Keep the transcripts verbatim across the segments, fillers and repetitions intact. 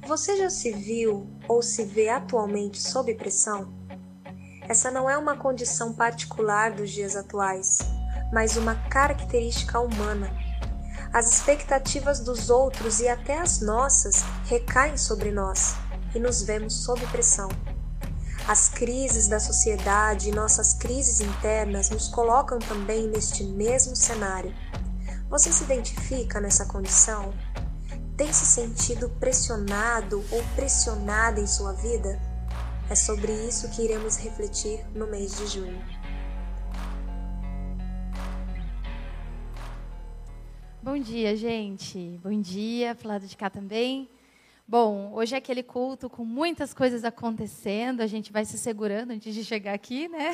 Você já se viu ou se vê atualmente sob pressão? Essa não é uma condição particular dos dias atuais, mas uma característica humana. As expectativas dos outros e até as nossas recaem sobre nós e nos vemos sob pressão. As crises da sociedade e nossas crises internas nos colocam também neste mesmo cenário. Você se identifica nessa condição? Tem se sentido pressionado ou pressionada em sua vida? É sobre isso que iremos refletir no mês de junho. Bom dia, gente. Bom dia, pro lado de cá também. Bom, hoje é aquele culto com muitas coisas acontecendo, a gente vai se segurando antes de chegar aqui, né?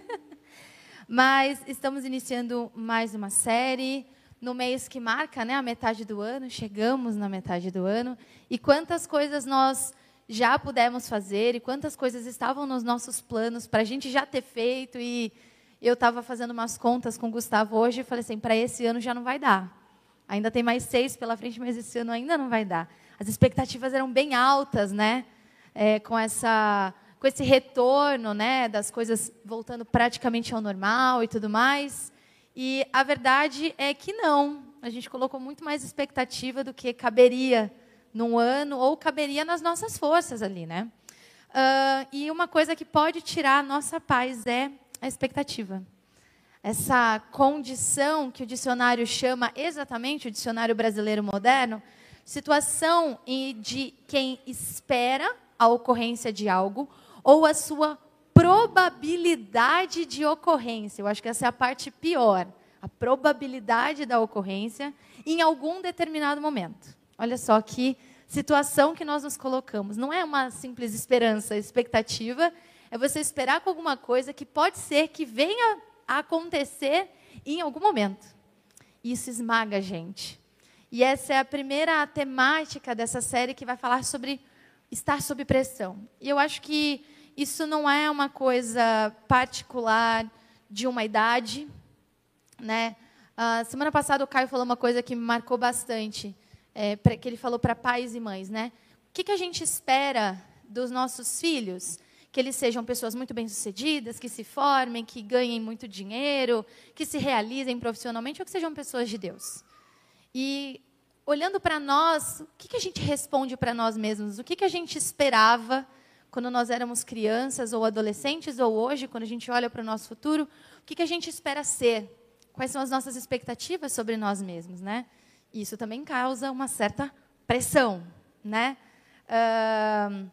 Mas estamos iniciando mais uma série, no mês que marca, né, a metade do ano, chegamos na metade do ano, e quantas coisas nós já pudemos fazer, e quantas coisas estavam nos nossos planos para a gente já ter feito, e eu estava fazendo umas contas com o Gustavo hoje, e falei assim, para esse ano já não vai dar. Ainda tem mais seis pela frente, mas esse ano ainda não vai dar. As expectativas eram bem altas, né? É, com, essa, com esse retorno, né, das coisas voltando praticamente ao normal e tudo mais. E a verdade é que não. A gente colocou muito mais expectativa do que caberia num ano ou caberia nas nossas forças ali, né? Uh, e uma coisa que pode tirar a nossa paz é a expectativa. Essa condição que o dicionário chama exatamente, o dicionário brasileiro moderno, situação de quem espera a ocorrência de algo ou a sua probabilidade de ocorrência. Eu acho que essa é a parte pior. A probabilidade da ocorrência em algum determinado momento. Olha só que situação que nós nos colocamos. Não é uma simples esperança, expectativa. É você esperar com alguma coisa que pode ser que venha a acontecer em algum momento. Isso esmaga a gente. E essa é a primeira temática dessa série que vai falar sobre estar sob pressão. E eu acho que isso não é uma coisa particular de uma idade, né? A semana passada o Caio falou uma coisa que me marcou bastante, é, pra, que ele falou para pais e mães, né? O que, que a gente espera dos nossos filhos? Que eles sejam pessoas muito bem-sucedidas, que se formem, que ganhem muito dinheiro, que se realizem profissionalmente, ou que sejam pessoas de Deus. E, olhando para nós, o que, que a gente responde para nós mesmos? O que, que a gente esperava quando nós éramos crianças ou adolescentes, ou hoje, quando a gente olha para o nosso futuro, o que, que a gente espera ser? Quais são as nossas expectativas sobre nós mesmos, né? Isso também causa uma certa pressão, né? Uh,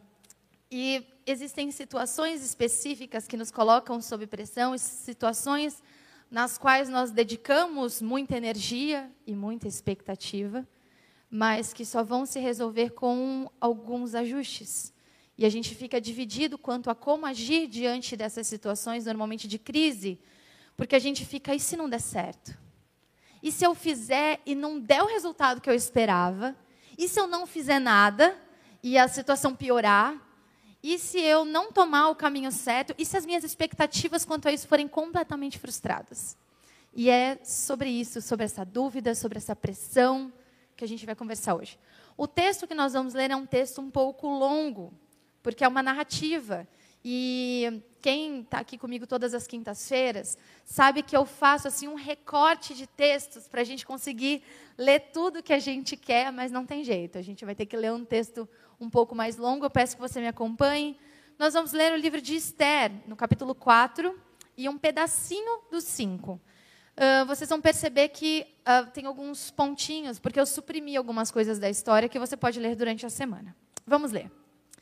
e existem situações específicas que nos colocam sob pressão, situações nas quais nós dedicamos muita energia e muita expectativa, mas que só vão se resolver com alguns ajustes. E a gente fica dividido quanto a como agir diante dessas situações, normalmente de crise, porque a gente fica, e se não der certo? E se eu fizer e não der o resultado que eu esperava? E se eu não fizer nada e a situação piorar? E se eu não tomar o caminho certo? E se as minhas expectativas quanto a isso forem completamente frustradas? E é sobre isso, sobre essa dúvida, sobre essa pressão, que a gente vai conversar hoje. O texto que nós vamos ler é um texto um pouco longo, porque é uma narrativa. E quem está aqui comigo todas as quintas-feiras sabe que eu faço assim um recorte de textos para a gente conseguir ler tudo que a gente quer, mas não tem jeito. A gente vai ter que ler um texto um pouco mais longo. Eu peço que você me acompanhe. Nós vamos ler o livro de Esther, no capítulo quatro, e um pedacinho do cinco. Uh, vocês vão perceber que uh, tem alguns pontinhos, porque eu suprimi algumas coisas da história que você pode ler durante a semana. Vamos ler.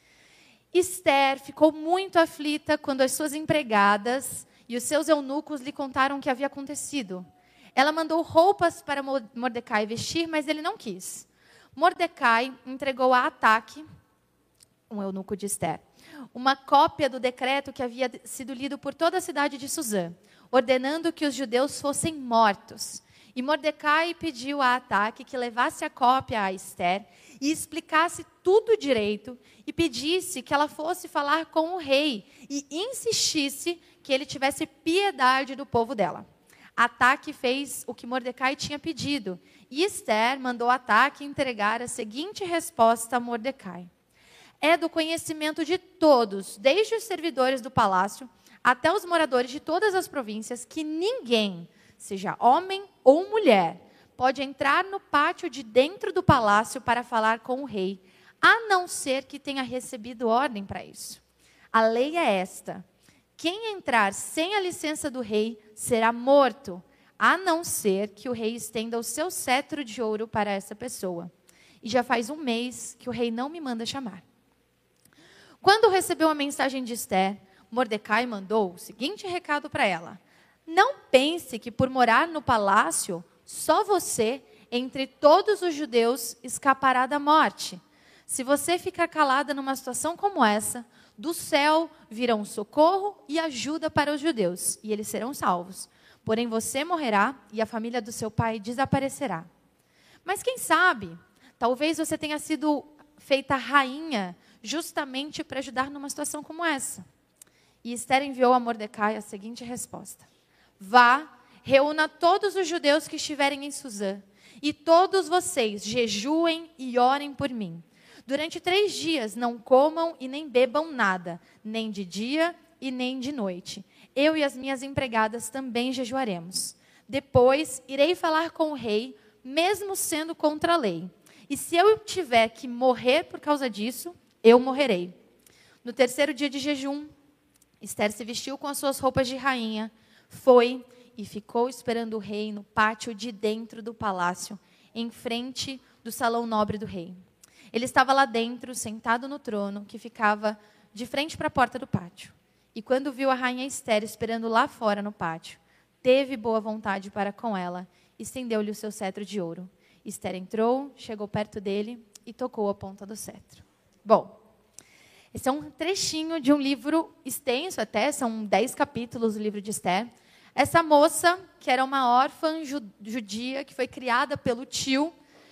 Esther ficou muito aflita quando as suas empregadas e os seus eunucos lhe contaram o que havia acontecido. Ela mandou roupas para Mordecai vestir, mas ele não quis. Mordecai entregou a Ataque, um eunuco de Esther, uma cópia do decreto que havia sido lido por toda a cidade de Suzã, ordenando que os judeus fossem mortos. E Mordecai pediu a Ataque que levasse a cópia a Esther e explicasse tudo direito e pedisse que ela fosse falar com o rei e insistisse que ele tivesse piedade do povo dela. Ataque fez o que Mordecai tinha pedido e Esther mandou Ataque entregar a seguinte resposta a Mordecai: é do conhecimento de todos, desde os servidores do palácio até os moradores de todas as províncias, que ninguém, seja homem ou mulher, pode entrar no pátio de dentro do palácio para falar com o rei, a não ser que tenha recebido ordem para isso. A lei é esta: quem entrar sem a licença do rei será morto, a não ser que o rei estenda o seu cetro de ouro para essa pessoa. E já faz um mês que o rei não me manda chamar. Quando recebeu a mensagem de Esther, Mordecai mandou o seguinte recado para ela: não pense que por morar no palácio, só você, entre todos os judeus, escapará da morte. Se você ficar calada numa situação como essa, do céu virão socorro e ajuda para os judeus, e eles serão salvos. Porém, você morrerá e a família do seu pai desaparecerá. Mas quem sabe, talvez você tenha sido feita rainha justamente para ajudar numa situação como essa. E Esther enviou a Mordecai a seguinte resposta: vá, reúna todos os judeus que estiverem em Suzã, e todos vocês jejuem e orem por mim. Durante três dias não comam e nem bebam nada, nem de dia e nem de noite. Eu e as minhas empregadas também jejuaremos. Depois irei falar com o rei, mesmo sendo contra a lei. E se eu tiver que morrer por causa disso, eu morrerei. No terceiro dia de jejum, Esther se vestiu com as suas roupas de rainha, foi e ficou esperando o rei no pátio de dentro do palácio, em frente do salão nobre do rei. Ele estava lá dentro, sentado no trono, que ficava de frente para a porta do pátio. E quando viu a rainha Esther esperando lá fora no pátio, teve boa vontade para com ela, e estendeu-lhe o seu cetro de ouro. Esther entrou, chegou perto dele e tocou a ponta do cetro. Bom, esse é um trechinho de um livro extenso até, são dez capítulos do livro de Esther. Essa moça, que era uma órfã judia, que foi criada pelo tio,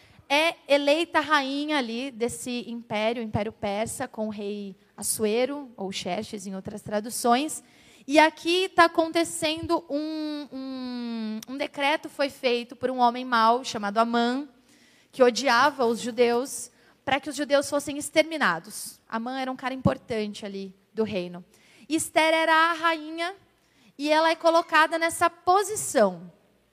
é eleita rainha ali desse império, o Império Persa, com o rei Assuero, ou Xerxes em outras traduções. E aqui está acontecendo um, um, um decreto foi feito por um homem mau, chamado Amã, que odiava os judeus, para que os judeus fossem exterminados. Amã era um cara importante ali do reino. E Esther era a rainha, e ela é colocada nessa posição.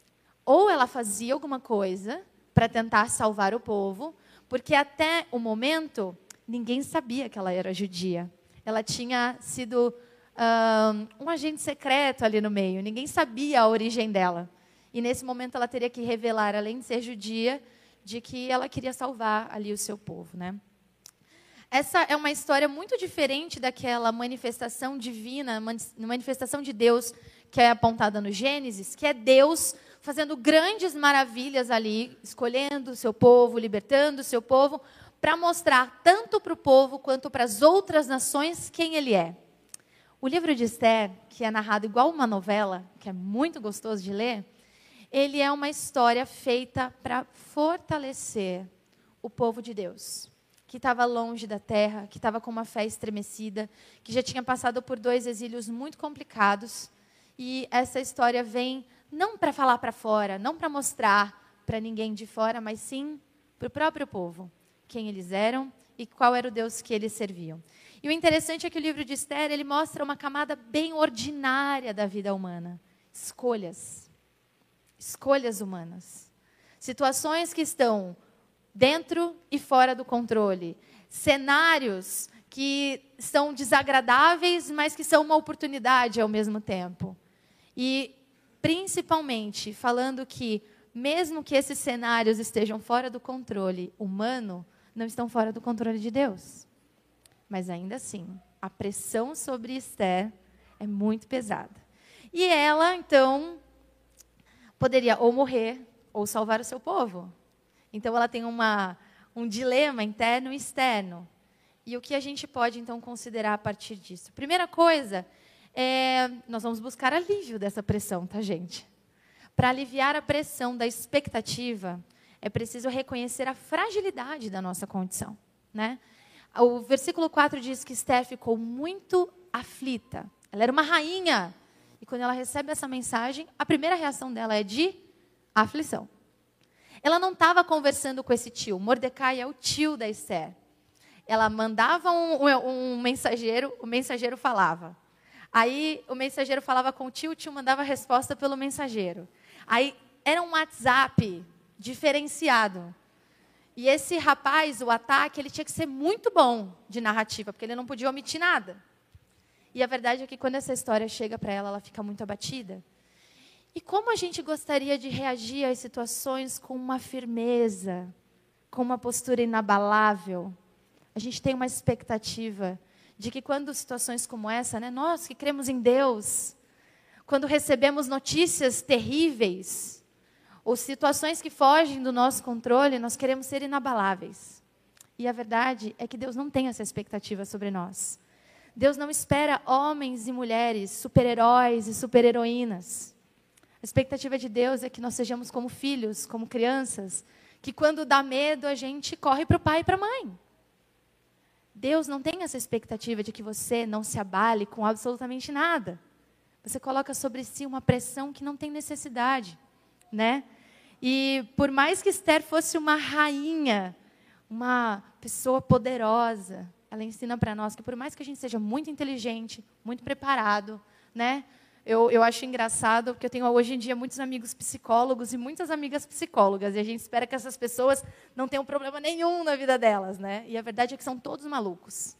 Ou ela fazia alguma coisa para tentar salvar o povo, porque até o momento, ninguém sabia que ela era judia. Ela tinha sido um, um agente secreto ali no meio, ninguém sabia a origem dela. E nesse momento ela teria que revelar, além de ser judia, de que ela queria salvar ali o seu povo, né? Essa é uma história muito diferente daquela manifestação divina, manifestação de Deus que é apontada no Gênesis, que é Deus fazendo grandes maravilhas ali, escolhendo o seu povo, libertando o seu povo, para mostrar tanto para o povo quanto para as outras nações quem ele é. O livro de Esther, que é narrado igual uma novela, que é muito gostoso de ler, ele é uma história feita para fortalecer o povo de Deus, que estava longe da terra, que estava com uma fé estremecida, que já tinha passado por dois exílios muito complicados. E essa história vem não para falar para fora, não para mostrar para ninguém de fora, mas sim para o próprio povo, quem eles eram e qual era o Deus que eles serviam. E o interessante é que o livro de Esther, ele mostra uma camada bem ordinária da vida humana. Escolhas. Escolhas humanas. Situações que estão dentro e fora do controle. Cenários que são desagradáveis, mas que são uma oportunidade ao mesmo tempo. E, principalmente, falando que, mesmo que esses cenários estejam fora do controle humano, não estão fora do controle de Deus. Mas, ainda assim, a pressão sobre Esther é muito pesada. E ela, então, poderia ou morrer ou salvar o seu povo. Então, ela tem uma, um dilema interno e externo. E o que a gente pode, então, considerar a partir disso? Primeira coisa, é, nós vamos buscar alívio dessa pressão, tá, gente? Para aliviar a pressão da expectativa, é preciso reconhecer a fragilidade da nossa condição, né? O versículo quatro diz que Esther ficou muito aflita. Ela era uma rainha. E quando ela recebe essa mensagem, a primeira reação dela é de aflição. Ela não estava conversando com esse tio. Mordecai é o tio da Esther. Ela mandava um, um, um mensageiro, o mensageiro falava. Aí o mensageiro falava com o tio, o tio mandava a resposta pelo mensageiro. Aí era um WhatsApp diferenciado. E esse rapaz, o ataque, ele tinha que ser muito bom de narrativa, porque ele não podia omitir nada. E a verdade é que quando essa história chega para ela, ela fica muito abatida. E como a gente gostaria de reagir às situações com uma firmeza, com uma postura inabalável? A gente tem uma expectativa de que quando situações como essa, né, nós que cremos em Deus, quando recebemos notícias terríveis, ou situações que fogem do nosso controle, nós queremos ser inabaláveis. E a verdade é que Deus não tem essa expectativa sobre nós. Deus não espera homens e mulheres, super-heróis e super-heroínas. A expectativa de Deus é que nós sejamos como filhos, como crianças, que quando dá medo a gente corre para o pai e para a mãe. Deus não tem essa expectativa de que você não se abale com absolutamente nada. Você coloca sobre si uma pressão que não tem necessidade, né? E por mais que Esther fosse uma rainha, uma pessoa poderosa, ela ensina para nós que por mais que a gente seja muito inteligente, muito preparado, né? Eu, eu acho engraçado, porque eu tenho hoje em dia muitos amigos psicólogos e muitas amigas psicólogas, e a gente espera que essas pessoas não tenham problema nenhum na vida delas, né? E a verdade é que são todos malucos.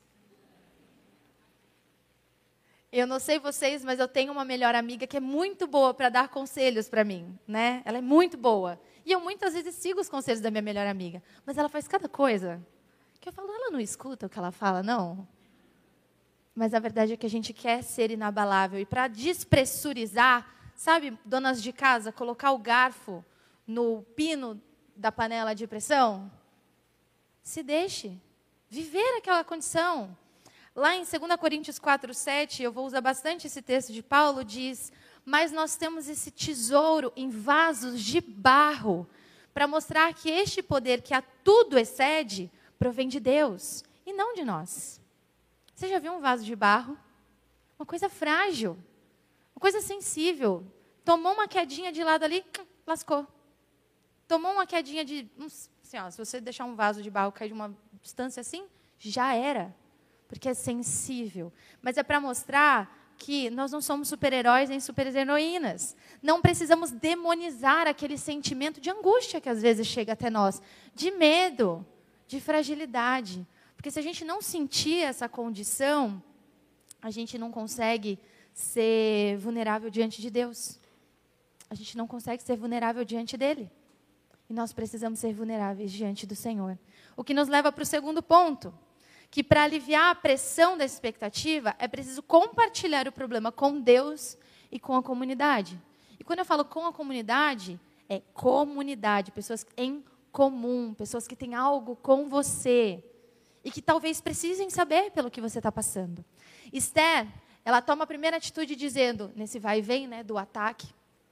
Eu não sei vocês, mas eu tenho uma melhor amiga que é muito boa para dar conselhos para mim, né? Ela é muito boa. E eu muitas vezes sigo os conselhos da minha melhor amiga, mas ela faz cada coisa que eu falo, ela não escuta o que ela fala, não? Mas a verdade é que a gente quer ser inabalável. E para despressurizar, sabe, donas de casa, colocar o garfo no pino da panela de pressão? Se deixe viver aquela condição. Lá em dois Coríntios quatro, sete, eu vou usar bastante esse texto de Paulo, diz, mas nós temos esse tesouro em vasos de barro, para mostrar que este poder que a tudo excede, provém de Deus e não de nós. Você já viu um vaso de barro? Uma coisa frágil, uma coisa sensível. Tomou uma quedinha de lado ali, lascou. Tomou uma quedinha de... Assim, ó, se você deixar um vaso de barro cair de uma distância assim, já era. Porque é sensível. Mas é para mostrar que nós não somos super-heróis nem super-heroínas. Não precisamos demonizar aquele sentimento de angústia que às vezes chega até nós. De medo, de fragilidade. Porque se a gente não sentir essa condição, a gente não consegue ser vulnerável diante de Deus. A gente não consegue ser vulnerável diante dele. E nós precisamos ser vulneráveis diante do Senhor. O que nos leva para o segundo ponto, que para aliviar a pressão da expectativa, é preciso compartilhar o problema com Deus e com a comunidade. E quando eu falo com a comunidade, é comunidade, pessoas em comum, pessoas que têm algo com você e que talvez precisem saber pelo que você está passando. Esther, ela toma a primeira atitude dizendo, nesse vai e vem, né, do ataque,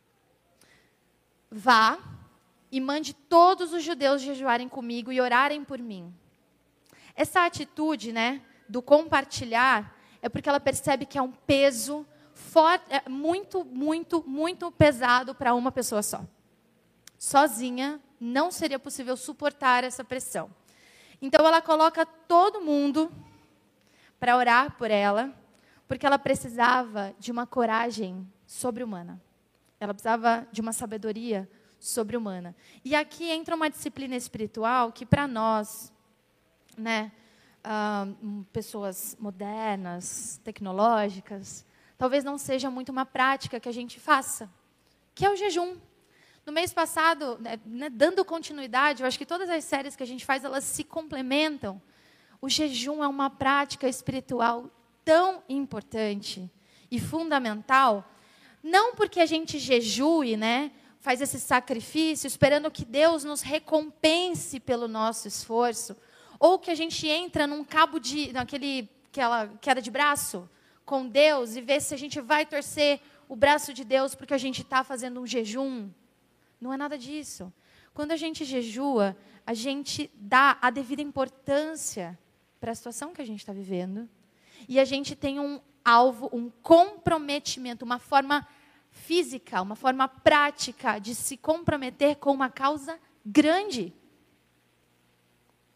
vá e mande todos os judeus jejuarem comigo e orarem por mim. Essa atitude, né, do compartilhar, é porque ela percebe que é um peso forte, é muito, muito, muito pesado para uma pessoa só. Sozinha, não seria possível suportar essa pressão. Então, ela coloca todo mundo para orar por ela, porque ela precisava de uma coragem sobre-humana. Ela precisava de uma sabedoria sobre-humana. E aqui entra uma disciplina espiritual que, para nós, né, uh, pessoas modernas, tecnológicas, talvez não seja muito uma prática que a gente faça, que é o jejum. No mês passado, né, dando continuidade, eu acho que todas as séries que a gente faz, elas se complementam. O jejum é uma prática espiritual tão importante e fundamental, não porque a gente jejue, né, faz esse sacrifício, esperando que Deus nos recompense pelo nosso esforço, ou que a gente entra num cabo de, naquele, aquela queda de braço com Deus e vê se a gente vai torcer o braço de Deus porque a gente está fazendo um jejum. Não é nada disso. Quando a gente jejua, a gente dá a devida importância para a situação que a gente está vivendo. E a gente tem um alvo, um comprometimento, uma forma física, uma forma prática de se comprometer com uma causa grande.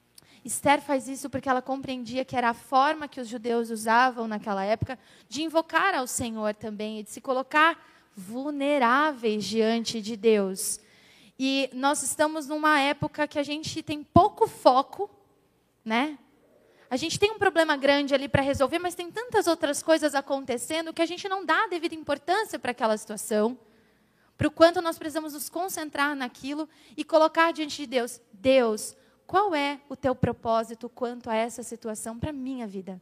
Esther faz isso porque ela compreendia que era a forma que os judeus usavam naquela época de invocar ao Senhor também e de se colocar vulneráveis diante de Deus. E nós estamos numa época que a gente tem pouco foco, né? A gente tem um problema grande ali para resolver, mas tem tantas outras coisas acontecendo que a gente não dá a devida importância para aquela situação, para o quanto nós precisamos nos concentrar naquilo e colocar diante de Deus. Deus, qual é o teu propósito quanto a essa situação para a minha vida?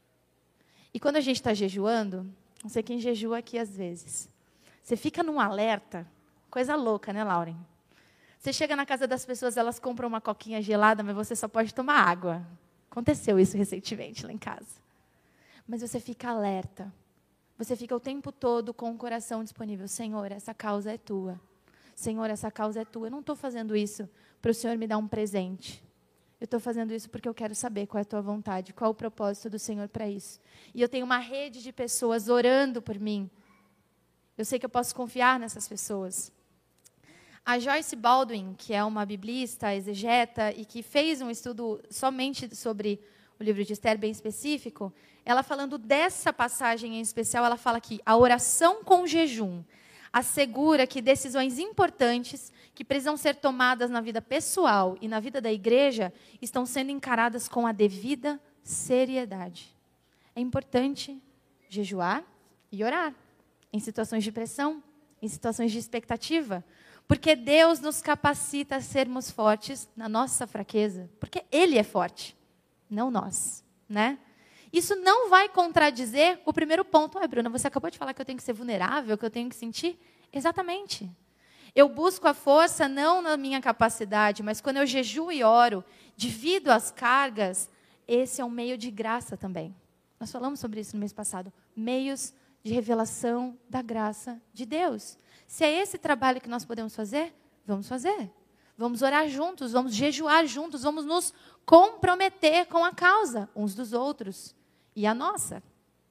E quando a gente está jejuando, não sei quem jejua aqui às vezes, você fica num alerta, coisa louca, né, Lauren? Você chega na casa das pessoas, elas compram uma coquinha gelada, mas você só pode tomar água. Aconteceu isso recentemente lá em casa. Mas você fica alerta. Você fica o tempo todo com o coração disponível. Senhor, essa causa é tua. Senhor, essa causa é tua. Eu não estou fazendo isso para o Senhor me dar um presente. Eu estou fazendo isso porque eu quero saber qual é a tua vontade, qual é o propósito do Senhor para isso. E eu tenho uma rede de pessoas orando por mim. Eu sei que eu posso confiar nessas pessoas. A Joyce Baldwin, que é uma biblista, exegeta, e que fez um estudo somente sobre o livro de Esther, bem específico, ela falando dessa passagem em especial, ela fala que a oração com jejum assegura que decisões importantes, que precisam ser tomadas na vida pessoal e na vida da igreja, estão sendo encaradas com a devida seriedade. É importante jejuar e orar em situações de pressão, em situações de expectativa, porque Deus nos capacita a sermos fortes na nossa fraqueza. Porque Ele é forte, não nós, né? Isso não vai contradizer o primeiro ponto. Ah, Bruna, você acabou de falar que eu tenho que ser vulnerável, que eu tenho que sentir. Exatamente. Eu busco a força não na minha capacidade, mas quando eu jejuo e oro, divido as cargas, esse é um meio de graça também. Nós falamos sobre isso no mês passado. Meios de revelação da graça de Deus. Se é esse trabalho que nós podemos fazer, vamos fazer. Vamos orar juntos, vamos jejuar juntos, vamos nos comprometer com a causa uns dos outros e a nossa.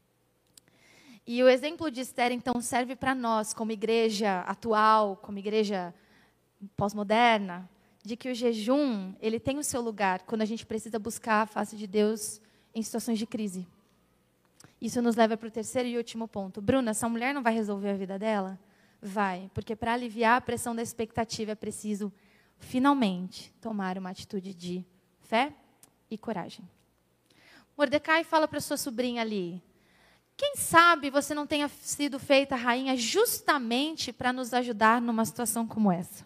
E o exemplo de Esther, então, serve para nós, como igreja atual, como igreja pós-moderna, de que o jejum, ele tem o seu lugar quando a gente precisa buscar a face de Deus em situações de crise. Isso nos leva para o terceiro e último ponto. Bruna, essa mulher não vai resolver a vida dela? Vai, porque para aliviar a pressão da expectativa é preciso, finalmente, tomar uma atitude de fé e coragem. Mordecai fala para sua sobrinha ali, quem sabe você não tenha sido feita rainha justamente para nos ajudar numa situação como essa?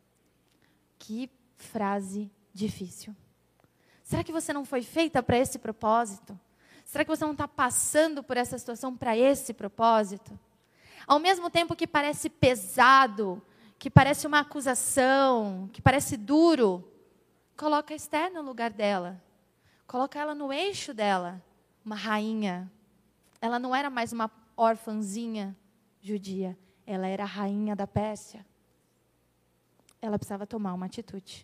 Que frase difícil. Será que você não foi feita para esse propósito? Será que você não está passando por essa situação para esse propósito? Ao mesmo tempo que parece pesado, que parece uma acusação, que parece duro, coloca a Esther no lugar dela. Coloca ela no eixo dela, uma rainha. Ela não era mais uma órfãzinha judia, ela era a rainha da Pérsia. Ela precisava tomar uma atitude.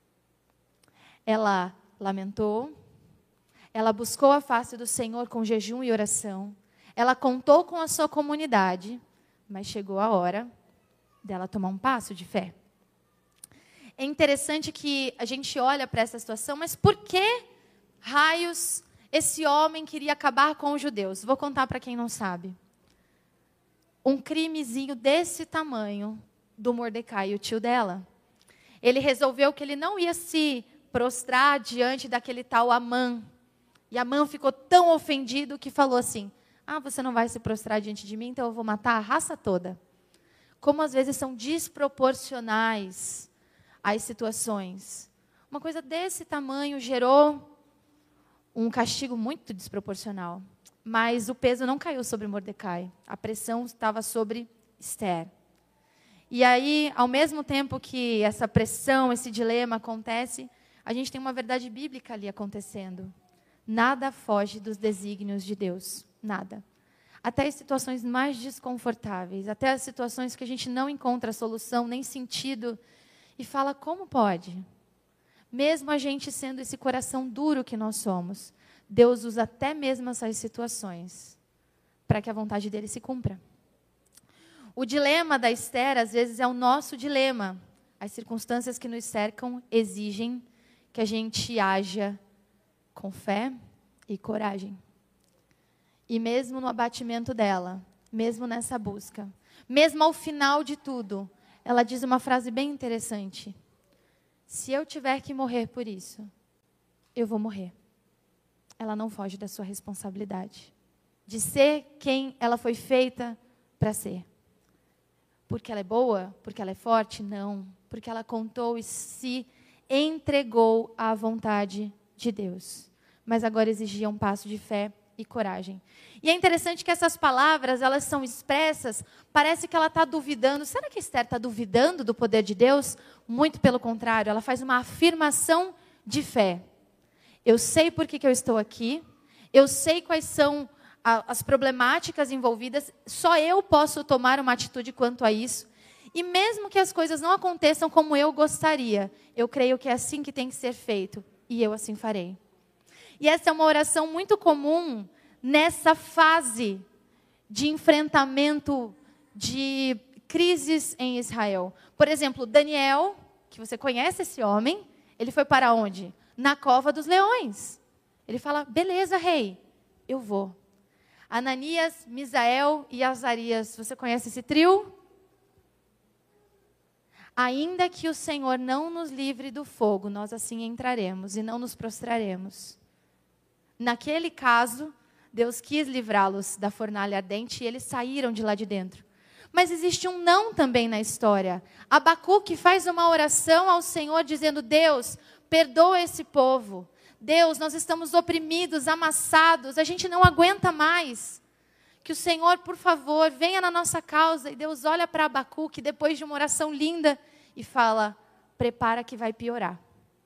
Ela lamentou, ela buscou a face do Senhor com jejum e oração, ela contou com a sua comunidade, mas chegou a hora dela tomar um passo de fé. É interessante que a gente olha para essa situação, mas por que raios esse homem queria acabar com os judeus? Vou contar para quem não sabe. Um crimezinho desse tamanho do Mordecai, o tio dela. Ele resolveu que ele não ia se prostrar diante daquele tal Amã. E Amã ficou tão ofendido que falou assim, ah, você não vai se prostrar diante de mim, então eu vou matar a raça toda. Como às vezes são desproporcionais as situações. Uma coisa desse tamanho gerou um castigo muito desproporcional. Mas o peso não caiu sobre Mordecai. A pressão estava sobre Esther. E aí, ao mesmo tempo que essa pressão, esse dilema acontece, a gente tem uma verdade bíblica ali acontecendo. Nada foge dos desígnios de Deus. Nada. Até as situações mais desconfortáveis, até as situações que a gente não encontra solução, nem sentido, e fala, como pode? Mesmo a gente sendo esse coração duro que nós somos, Deus usa até mesmo essas situações para que a vontade dele se cumpra. O dilema da Esther, às vezes, é o nosso dilema. As circunstâncias que nos cercam exigem que a gente haja com fé e coragem. E mesmo no abatimento dela, mesmo nessa busca, mesmo ao final de tudo, ela diz uma frase bem interessante: se eu tiver que morrer por isso, eu vou morrer. Ela não foge da sua responsabilidade de ser quem ela foi feita para ser. Porque ela é boa? Porque ela é forte? Não. Porque ela contou e se entregou à vontade de Deus. Mas agora exigia um passo de fé e coragem. E é interessante que essas palavras, elas são expressas, parece que ela está duvidando. Será que Esther está duvidando do poder de Deus? Muito pelo contrário, ela faz uma afirmação de fé. Eu sei por que, que eu estou aqui, eu sei quais são a, as problemáticas envolvidas, só eu posso tomar uma atitude quanto a isso. E mesmo que as coisas não aconteçam como eu gostaria, eu creio que é assim que tem que ser feito, e eu assim farei. E essa é uma oração muito comum nessa fase de enfrentamento de crises em Israel. Por exemplo, Daniel, que você conhece esse homem, ele foi para onde? Na cova dos leões. Ele fala, beleza, rei, eu vou. Ananias, Misael e Azarias, você conhece esse trio? Ainda que o Senhor não nos livre do fogo, nós assim entraremos e não nos prostraremos. Naquele caso, Deus quis livrá-los da fornalha ardente e eles saíram de lá de dentro. Mas existe um não também na história. Abacuque faz uma oração ao Senhor dizendo, Deus, perdoa esse povo. Deus, nós estamos oprimidos, amassados, a gente não aguenta mais. Que o Senhor, por favor, venha na nossa causa. E Deus olha para Abacuque depois de uma oração linda e fala, prepara que vai piorar.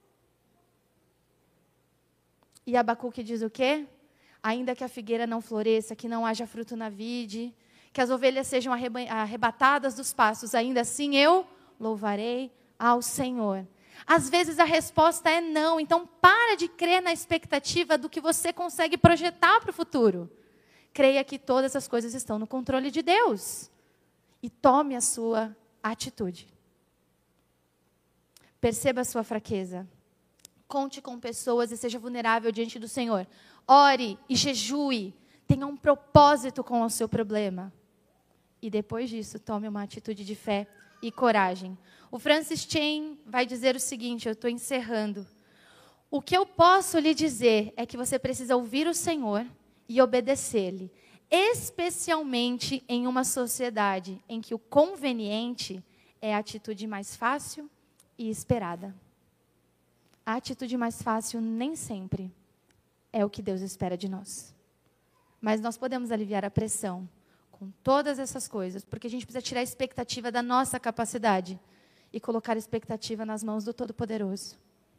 E Abacuque diz o quê? Ainda que a figueira não floresça, que não haja fruto na vide, que as ovelhas sejam arrebatadas dos pastos, ainda assim eu louvarei ao Senhor. Às vezes a resposta é não, então para de crer na expectativa do que você consegue projetar para o futuro. Creia que todas as coisas estão no controle de Deus. E tome a sua atitude. Perceba a sua fraqueza. Conte com pessoas e seja vulnerável diante do Senhor. Ore e jejue. Tenha um propósito com o seu problema. E depois disso, tome uma atitude de fé e coragem. O Francis Chan vai dizer o seguinte, eu estou encerrando. O que eu posso lhe dizer é que você precisa ouvir o Senhor e obedecer-lhe, especialmente em uma sociedade em que o conveniente é a atitude mais fácil e esperada. A atitude mais fácil nem sempre é o que Deus espera de nós. Mas nós podemos aliviar a pressão com todas essas coisas, porque a gente precisa tirar a expectativa da nossa capacidade e colocar a expectativa nas mãos do Todo-Poderoso.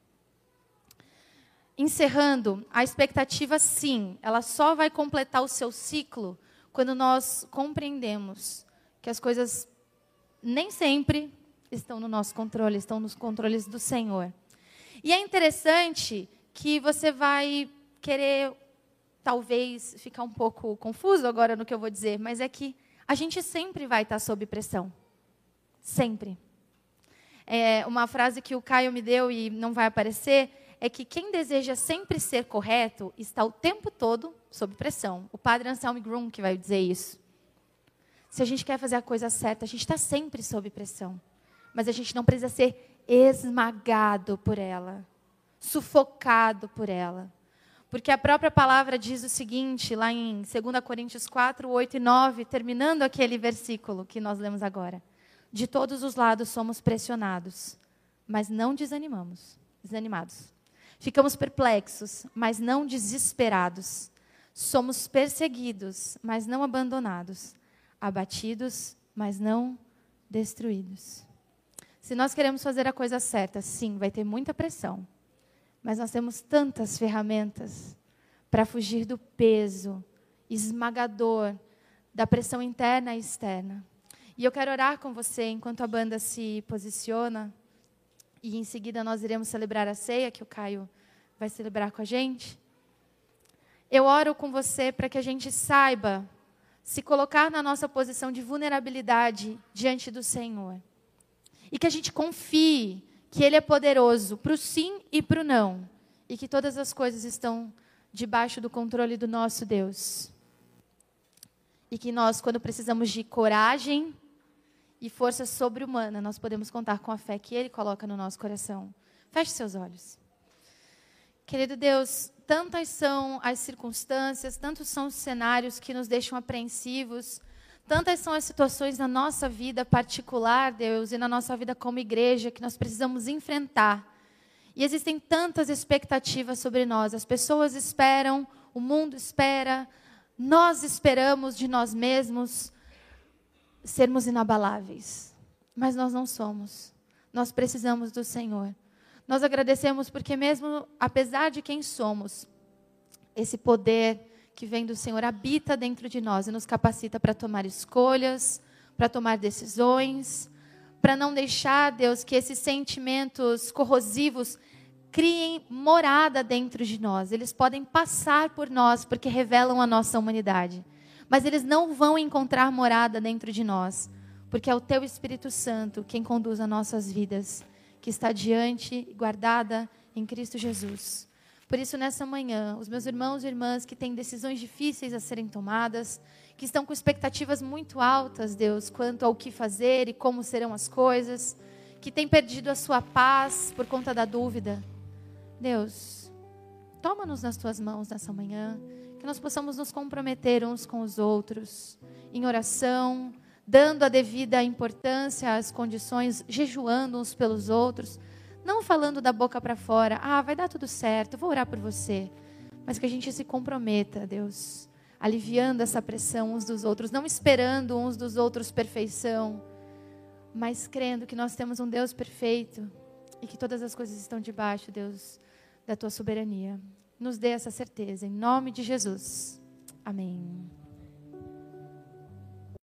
Encerrando, a expectativa, sim, ela só vai completar o seu ciclo quando nós compreendemos que as coisas nem sempre estão no nosso controle, estão nos controles do Senhor. E é interessante que você vai querer, talvez, ficar um pouco confuso agora no que eu vou dizer, mas é que a gente sempre vai estar sob pressão. Sempre. É uma frase que o Caio me deu e não vai aparecer, é que quem deseja sempre ser correto está o tempo todo sob pressão. O padre Anselmo Grum que vai dizer isso. Se a gente quer fazer a coisa certa, a gente está sempre sob pressão. Mas a gente não precisa ser esmagado por ela, sufocado por ela. Porque a própria palavra diz o seguinte, lá em dois Coríntios quatro, oito e nove, terminando aquele versículo que nós lemos agora. De todos os lados somos pressionados, mas não desanimamos, desanimados. Ficamos perplexos, mas não desesperados. Somos perseguidos, mas não abandonados. Abatidos, mas não destruídos. Se nós queremos fazer a coisa certa, sim, vai ter muita pressão. Mas nós temos tantas ferramentas para fugir do peso esmagador da pressão interna e externa. E eu quero orar com você enquanto a banda se posiciona. E em seguida nós iremos celebrar a ceia, que o Caio vai celebrar com a gente. Eu oro com você para que a gente saiba se colocar na nossa posição de vulnerabilidade diante do Senhor. E que a gente confie que Ele é poderoso para o sim e para o não. e que todas as coisas estão debaixo do controle do nosso Deus. E que nós, quando precisamos de coragem e força sobre-humana, nós podemos contar com a fé que Ele coloca no nosso coração. Feche seus olhos. Querido Deus, tantas são as circunstâncias, tantos são os cenários que nos deixam apreensivos, tantas são as situações na nossa vida particular, Deus, e na nossa vida como igreja, que nós precisamos enfrentar. E existem tantas expectativas sobre nós. As pessoas esperam, o mundo espera, nós esperamos de nós mesmos sermos inabaláveis. Mas nós não somos. Nós precisamos do Senhor. Nós agradecemos porque mesmo, apesar de quem somos, esse poder que vem do Senhor habita dentro de nós e nos capacita para tomar escolhas, para tomar decisões, para não deixar, Deus, que esses sentimentos corrosivos criem morada dentro de nós. Eles podem passar por nós porque revelam a nossa humanidade, mas eles não vão encontrar morada dentro de nós, porque é o Teu Espírito Santo quem conduz as nossas vidas, que está diante e guardada em Cristo Jesus. Por isso, nessa manhã, os meus irmãos e irmãs que têm decisões difíceis a serem tomadas, que estão com expectativas muito altas, Deus, quanto ao que fazer e como serão as coisas, que têm perdido a sua paz por conta da dúvida, Deus, toma-nos nas Tuas mãos nessa manhã, que nós possamos nos comprometer uns com os outros, em oração, dando a devida importância às condições, jejuando uns pelos outros, não falando da boca para fora, ah, vai dar tudo certo, eu vou orar por você. Mas que a gente se comprometa, Deus, aliviando essa pressão uns dos outros, não esperando uns dos outros perfeição, mas crendo que nós temos um Deus perfeito e que todas as coisas estão debaixo, Deus, da Tua soberania. Nos dê essa certeza, em nome de Jesus. Amém.